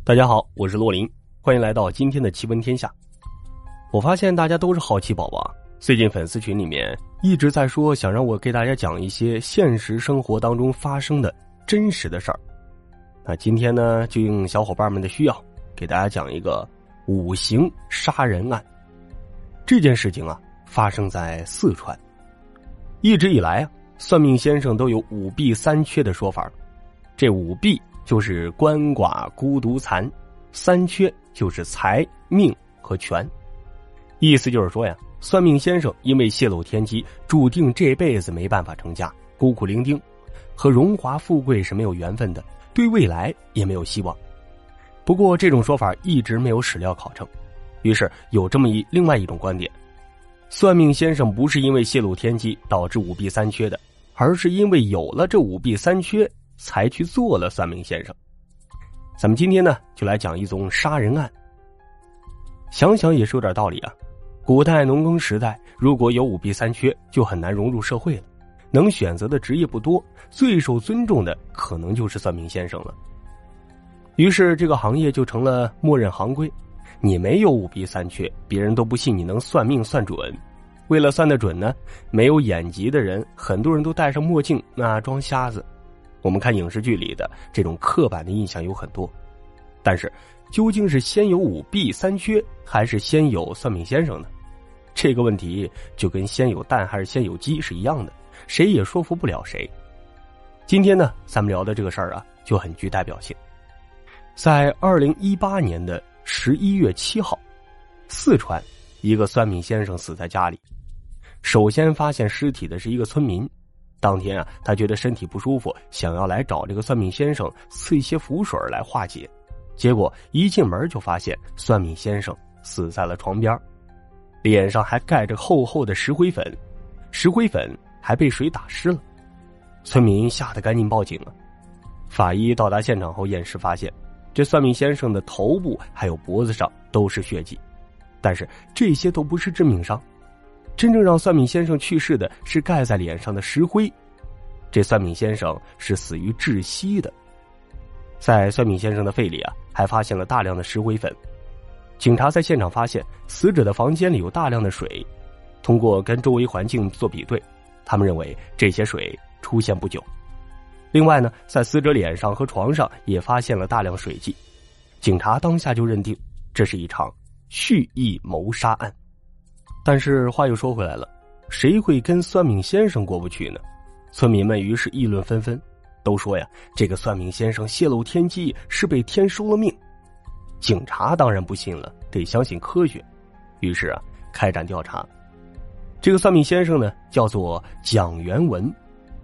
大家好，我是洛林，欢迎来到今天的奇闻天下。我发现大家都是好奇宝宝啊，最近粉丝群里面一直在说想让我给大家讲一些现实生活当中发生的真实的事儿。那今天呢，就应小伙伴们的需要，给大家讲一个五行杀人案。这件事情啊，发生在四川。一直以来啊，算命先生都有五弊三缺的说法。这五弊就是鳏寡孤独残，三缺就是财命和权。意思就是说呀，算命先生因为泄露天机，注定这辈子没办法成家，孤苦伶仃，和荣华富贵是没有缘分的，对未来也没有希望。不过这种说法一直没有史料考证，于是有这么另外一种观点，算命先生不是因为泄露天机导致五弊三缺的，而是因为有了这五弊三缺才去做了算命先生。咱们今天呢，就来讲一宗杀人案。想想也是有点道理啊。古代农耕时代，如果有五弊三缺，就很难融入社会了，能选择的职业不多，最受尊重的可能就是算命先生了。于是这个行业就成了默认行规，你没有五弊三缺，别人都不信你能算命算准。为了算得准呢，没有眼疾的人，很多人都戴上墨镜，装瞎子。我们看影视剧里的这种刻板的印象有很多，但是究竟是先有五弊三缺，还是先有算命先生呢？这个问题就跟先有蛋还是先有鸡是一样的，谁也说服不了谁。今天呢，咱们聊的这个事儿啊，就很具代表性。在2018年的11月7号，四川一个算命先生死在家里。首先发现尸体的是一个村民，当天啊，他觉得身体不舒服，想要来找这个算命先生赐一些符水来化解。结果一进门就发现算命先生死在了床边，脸上还盖着厚厚的石灰粉，石灰粉还被水打湿了。村民吓得赶紧报警了。法医到达现场后验尸发现，这算命先生的头部还有脖子上都是血迹，但是这些都不是致命伤。真正让算命先生去世的是盖在脸上的石灰，这算命先生是死于窒息的。在算命先生的肺里啊，还发现了大量的石灰粉。警察在现场发现死者的房间里有大量的水，通过跟周围环境做比对，他们认为这些水出现不久。另外呢，在死者脸上和床上也发现了大量水迹，警察当下就认定这是一场蓄意谋杀案。但是话又说回来了，谁会跟算命先生过不去呢？村民们于是议论纷纷，都说呀，这个算命先生泄露天机，是被天收了命。警察当然不信了，得相信科学，于是啊，开展调查。这个算命先生呢，叫做蒋元文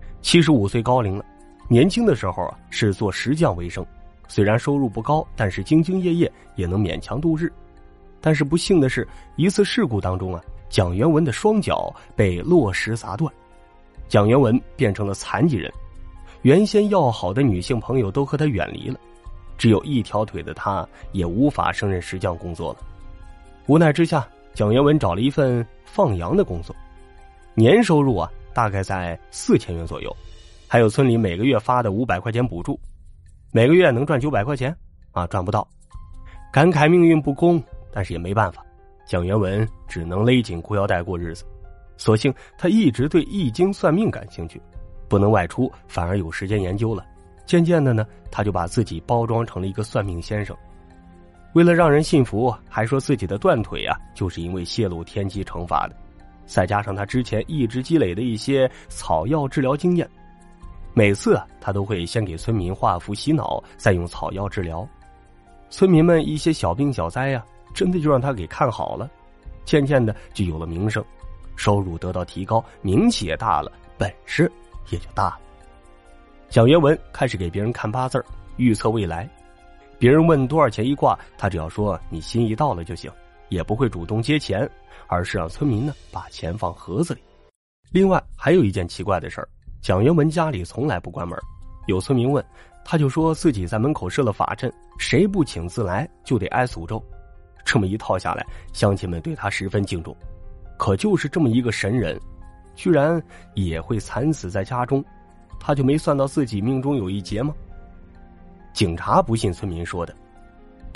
，75岁高龄了。年轻的时候啊，是做石匠为生，虽然收入不高，但是兢兢业业，也能勉强度日。但是不幸的是，一次事故当中啊，蒋元文的双脚被落石砸断，蒋元文变成了残疾人。原先要好的女性朋友都和他远离了，只有一条腿的他也无法胜任石匠工作了。无奈之下，蒋元文找了一份放羊的工作，年收入啊大概在4000元左右，还有村里每个月发的500块钱补助，每个月能赚900块钱啊，赚不到。感慨命运不公，但是也没办法，蒋元文只能勒紧裤腰带过日子。所幸他一直对易经算命感兴趣，不能外出，反而有时间研究了。渐渐的呢，他就把自己包装成了一个算命先生。为了让人信服，还说自己的断腿啊，就是因为泄露天机惩罚的。再加上他之前一直积累的一些草药治疗经验，每次啊，他都会先给村民画符洗脑，再用草药治疗。村民们一些小病小灾啊，真的就让他给看好了，渐渐的就有了名声，收入得到提高，名气也大了，本事也就大了。蒋元文开始给别人看八字，预测未来。别人问多少钱一卦，他只要说你心意到了就行，也不会主动接钱，而是让村民呢把钱放盒子里。另外还有一件奇怪的事儿，蒋元文家里从来不关门，有村民问，他就说自己在门口设了法阵，谁不请自来就得挨诅咒。这么一套下来，乡亲们对他十分敬重。可就是这么一个神人，居然也会惨死在家中，他就没算到自己命中有一劫吗？警察不信村民说的，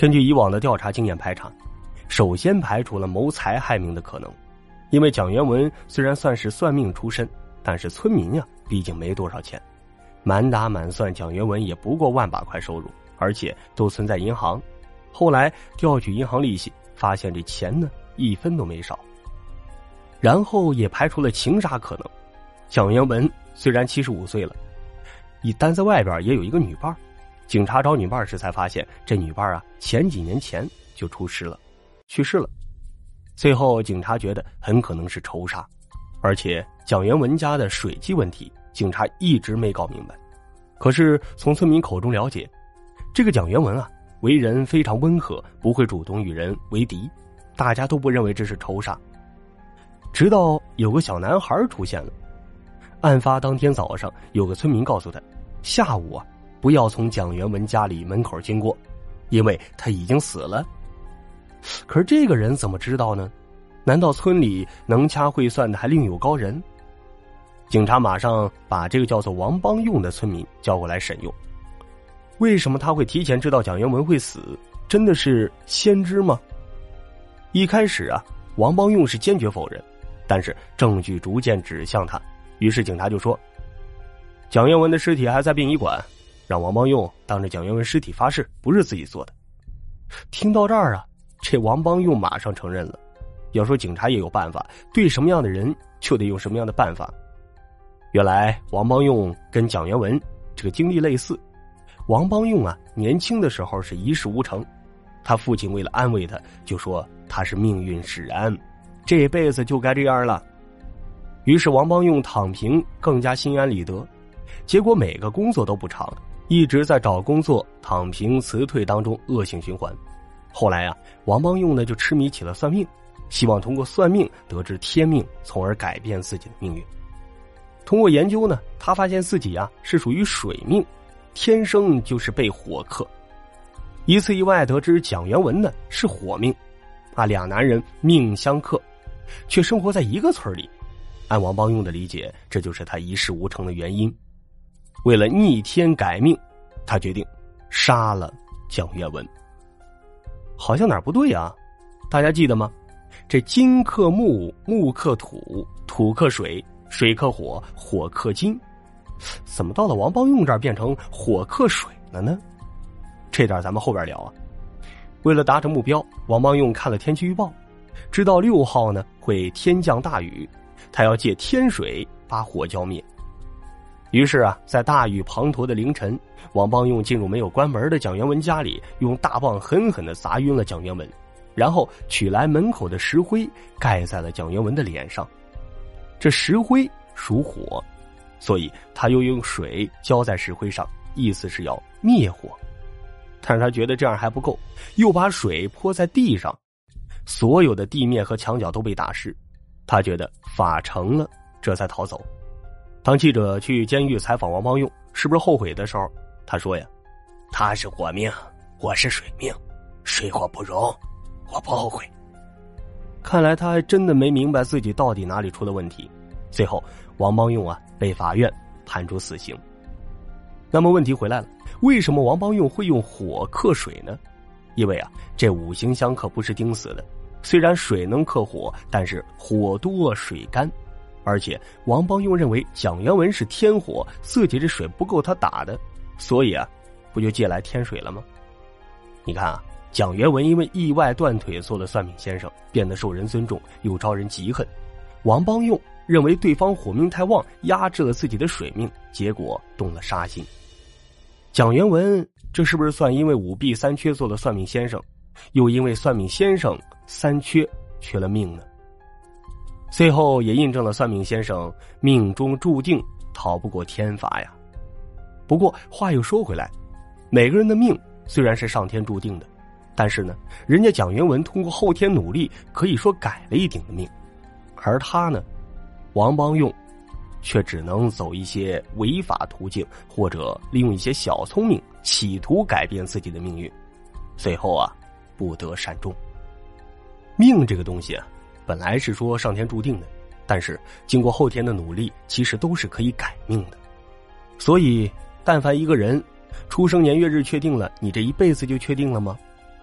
根据以往的调查经验排查，首先排除了谋财害命的可能。因为蒋元文虽然算是算命出身，但是村民呀，毕竟没多少钱，满打满算蒋元文也不过10000把块收入，而且都存在银行。后来调取银行利息，发现这钱呢1分都没少。然后也排除了情杀可能。蒋元文虽然75岁了，但在外边也有一个女伴。警察找女伴时才发现，这女伴啊前几年前就去世了。最后警察觉得很可能是仇杀，而且蒋元文家的水基问题，警察一直没搞明白。可是从村民口中了解，这个蒋元文啊为人非常温和，不会主动与人为敌，大家都不认为这是仇杀。直到有个小男孩出现了。案发当天早上，有个村民告诉他，下午啊不要从蒋元文家里门口经过，因为他已经死了。可是这个人怎么知道呢？难道村里能掐会算的还另有高人？警察马上把这个叫做王邦用的村民叫过来审用。为什么他会提前知道蒋元文会死？真的是先知吗？一开始啊，王邦用是坚决否认，但是证据逐渐指向他，于是警察就说，蒋元文的尸体还在殡仪馆，让王邦用当着蒋元文尸体发誓不是自己做的。听到这儿啊，这王邦用马上承认了。要说警察也有办法，对什么样的人就得用什么样的办法。原来王邦用跟蒋元文这个经历类似。王邦用啊年轻的时候是一事无成，他父亲为了安慰他，就说他是命运使然，这辈子就该这样了。于是王邦用躺平，更加心安理得。结果每个工作都不长，一直在找工作、躺平、辞退当中恶性循环。后来啊，王邦用呢就痴迷起了算命，希望通过算命得知天命，从而改变自己的命运。通过研究呢，他发现自己啊是属于水命，天生就是被火克。一次意外得知蒋元文呢是火命，俩男人命相克，却生活在一个村里。按王邦用的理解，这就是他一事无成的原因。为了逆天改命，他决定杀了蒋元文。好像哪儿不对啊？大家记得吗？这金克木，木克土，土克水，水克火，火克金，怎么到了王邦用这儿变成火克水了呢？这点咱们后边聊啊。为了达成目标，王邦用看了天气预报，知道6号呢会天降大雨，他要借天水把火浇灭。于是啊，在大雨滂沱的凌晨，王邦用进入没有关门的蒋元文家里，用大棒狠狠地砸晕了蒋元文，然后取来门口的石灰盖在了蒋元文的脸上。这石灰属火，所以他又用水浇在石灰上，意思是要灭火。但是他觉得这样还不够，又把水泼在地上，所有的地面和墙角都被打湿。他觉得法成了，这才逃走。当记者去监狱采访王邦用是不是后悔的时候，他说呀，他是火命，我是水命，水火不容，我不后悔。看来他还真的没明白自己到底哪里出了问题。最后王邦用啊被法院判处死刑。那么问题回来了，为什么王邦用会用火克水呢？因为啊这五行相克不是钉死的，虽然水能克火，但是火多水干。而且王邦用认为蒋元文是天火，自己这水不够他打的，所以啊不就借来天水了吗？你看啊，蒋元文因为意外断腿做了算命先生，变得受人尊重，又招人嫉恨。王邦用认为对方火命太旺，压制了自己的水命，结果动了杀心。蒋元文这是不是算因为5弊3缺做了算命先生，又因为算命先生3缺缺了命呢？最后也印证了算命先生命中注定逃不过天罚呀。不过话又说回来，每个人的命虽然是上天注定的，但是呢，人家蒋元文通过后天努力，可以说改了一顶的命，而他呢，王邦用却只能走一些违法途径，或者利用一些小聪明，企图改变自己的命运，最后啊，不得善终。命这个东西啊，本来是说上天注定的，但是经过后天的努力，其实都是可以改命的。所以但凡一个人出生年月日确定了，你这一辈子就确定了吗？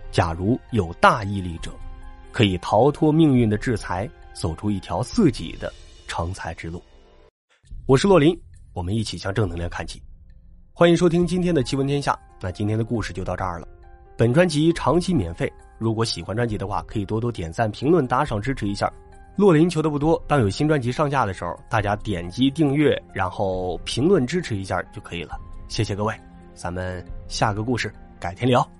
假如有大毅力者，可以逃脱命运的制裁，走出一条自己的成才之路。我是洛林，我们一起向正能量看齐。欢迎收听今天的奇闻天下。那今天的故事就到这儿了。本专辑长期免费，如果喜欢专辑的话，可以多多点赞、评论、打赏支持一下。洛林求的不多，当有新专辑上架的时候，大家点击订阅，然后评论支持一下就可以了。谢谢各位，咱们下个故事改天聊。